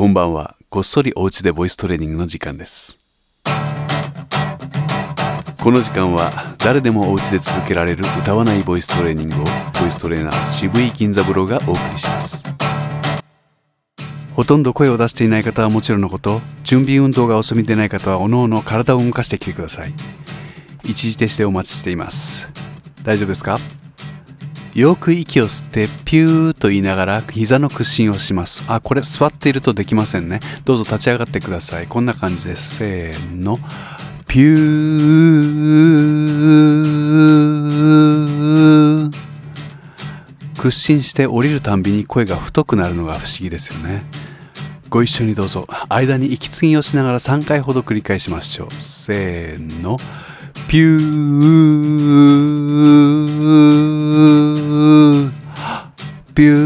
こんばんは。こっそりお家でボイストレーニングの時間です。この時間は誰でもお家で続けられる歌わないボイストレーニングをボイストレーナー渋井金三郎がお送りします。ほとんど声を出していない方はもちろんのこと、準備運動がお済みでない方はおのおの体を動かしてきてください。一時停止でお待ちしています。大丈夫ですか？よく息を吸ってピューと言いながら膝の屈伸をします。これ座っているとできませんね。どうぞ立ち上がってください。こんな感じです。せーの。ピュー。屈伸して降りるたんびに声が太くなるのが不思議ですよね。ご一緒にどうぞ。間に息継ぎをしながら3回ほど繰り返しましょう。せーの。ピュー。ピュ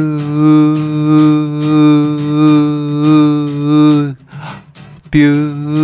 ー。ピュ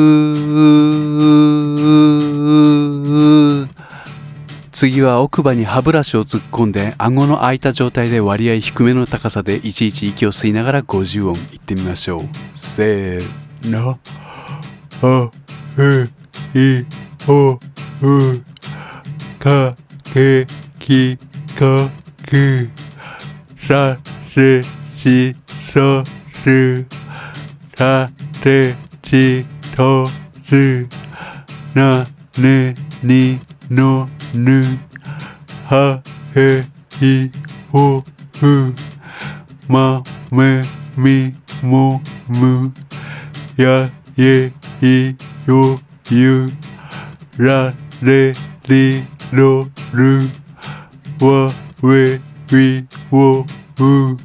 ー。次は奥歯に歯ブラシを突っ込んで顎の開いた状態で割合低めの高さでいちいち息を吸いながら50音いってみましょう。せーの。あへいほうかけきかくさせしそすたてちとすなねにのぬはへいほうまめみもむやえいよゆられりろるわwe we woう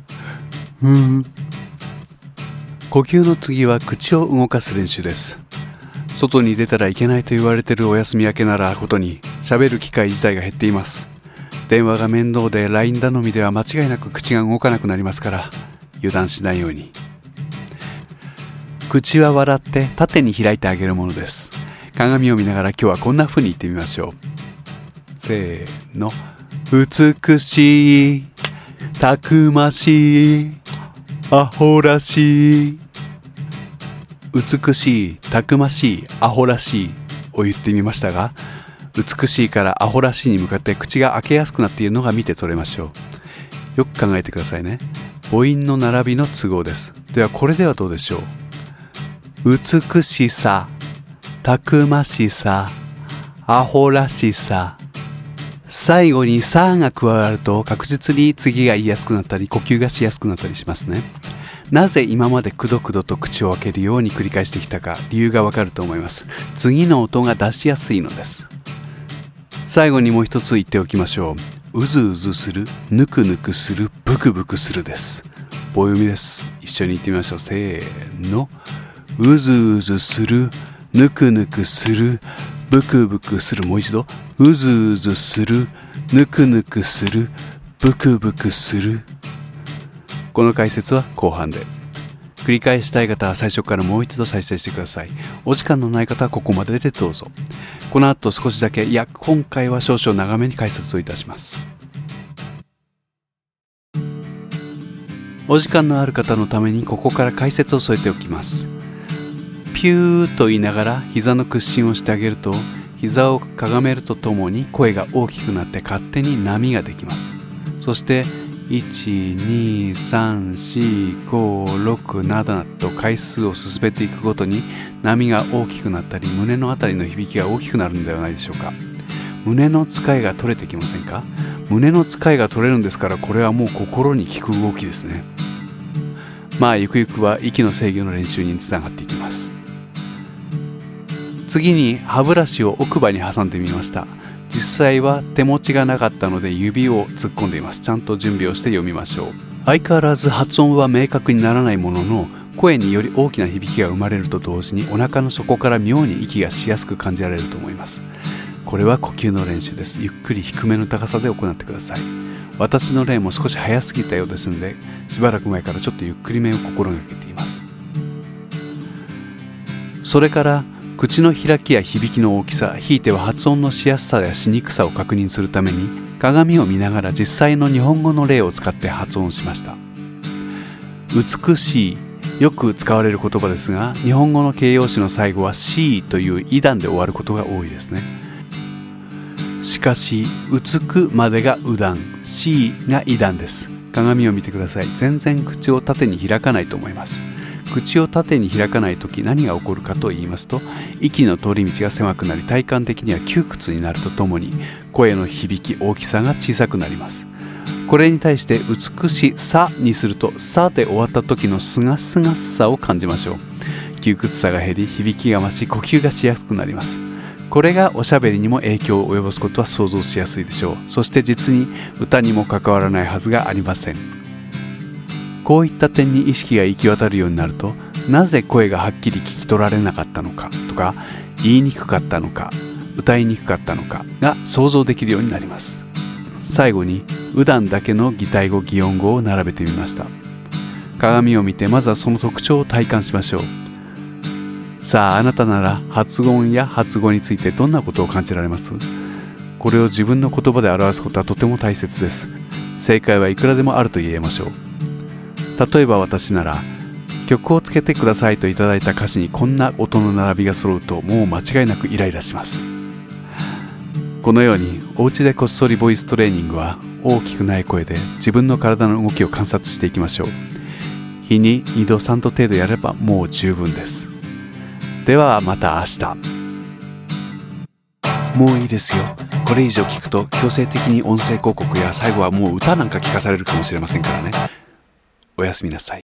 呼吸の次は口を動かす練習です。外に出たらいけないと言われているお休み明けならことに喋る機会自体が減っています。電話が面倒で LINE 頼みでは間違いなく口が動かなくなりますから油断しないように。口は笑って縦に開いてあげるものです。鏡を見ながら今日はこんな風に言ってみましょう。せーの。美しい、たくましい、アホらしい。美しい、たくましい、アホらしいを言ってみましたが、美しいからアホらしいに向かって口が開けやすくなっているのが見て取れましょう。よく考えてくださいね。母音の並びの都合です。ではこれではどうでしょう。美しさ、たくましさ、アホらしさ。最後にさが加わると確実に次が言いやすくなったり呼吸がしやすくなったりしますね。なぜ今までくどくどと口を開けるように繰り返してきたか理由がわかると思います。次の音が出しやすいのです。最後にもう一つ言っておきましょう。うずうずする、ぬくぬくする、ブクブクするです。棒読みです。一緒に言ってみましょう。せーの。うずうずする、ぬくぬくする、ブクブクする。もう一度。うずうずする、ぬくぬくする、ブクブクする。この解説は後半で。繰り返したい方は最初からもう一度再生してください。お時間のない方はここまででどうぞ。この後少しだけ、今回は少々長めに解説をいたします。お時間のある方のためにここから解説を添えておきます。ピューと言いながら膝の屈伸をしてあげると、膝をかがめるとともに声が大きくなって勝手に波ができます。そして1、2、3、4、5、6などと回数を進めていくごとに波が大きくなったり胸のあたりの響きが大きくなるのではないでしょうか。胸の使いが取れてきませんか？胸の使いが取れるんですから、これはもう心に効く動きですね。ゆくゆくは息の制御の練習につながっていきます。次に歯ブラシを奥歯に挟んでみました。実際は手持ちがなかったので指を突っ込んでいます。ちゃんと準備をして読みましょう。相変わらず発音は明確にならないものの、声により大きな響きが生まれると同時にお腹の底から妙に息がしやすく感じられると思います。これは呼吸の練習です。ゆっくり低めの高さで行ってください。私の例も少し早すぎたようですので、しばらく前からちょっとゆっくりめを心がけています。それから口の開きや響きの大きさ、ひいては発音のしやすさやしにくさを確認するために鏡を見ながら実際の日本語の例を使って発音しました。美しい、 よく使われる言葉ですが、日本語の形容詞の最後は し という異断で終わることが多いですね。しかし、うつくまでがう断、しが異断です。鏡を見てください。全然口を縦に開かないと思います。口を縦に開かないとき何が起こるかと言いますと、息の通り道が狭くなり、体感的には窮屈になるとともに、声の響き、大きさが小さくなります。これに対して美しさにすると、さで終わった時のすがすがしさを感じましょう。窮屈さが減り、響きが増し、呼吸がしやすくなります。これがおしゃべりにも影響を及ぼすことは想像しやすいでしょう。そして実に歌にも関わらないはずがありません。こういった点に意識が行き渡るようになると、なぜ声がはっきり聞き取られなかったのかとか、言いにくかったのか、歌いにくかったのかが想像できるようになります。最後に、うだんだけの擬態語・擬音語を並べてみました。鏡を見て、まずはその特徴を体感しましょう。さあ、あなたなら発音や発語についてどんなことを感じられます？これを自分の言葉で表すことはとても大切です。正解はいくらでもあると言えましょう。例えば私なら、曲をつけてくださいといただいた歌詞にこんな音の並びが揃うと、もう間違いなくイライラします。このように、お家でこっそりボイストレーニングは、大きくない声で自分の体の動きを観察していきましょう。日に2度3度程度やればもう十分です。ではまた明日。もういいですよ。これ以上聞くと強制的に音声広告や最後はもう歌なんか聞かされるかもしれませんからね。おやすみなさい。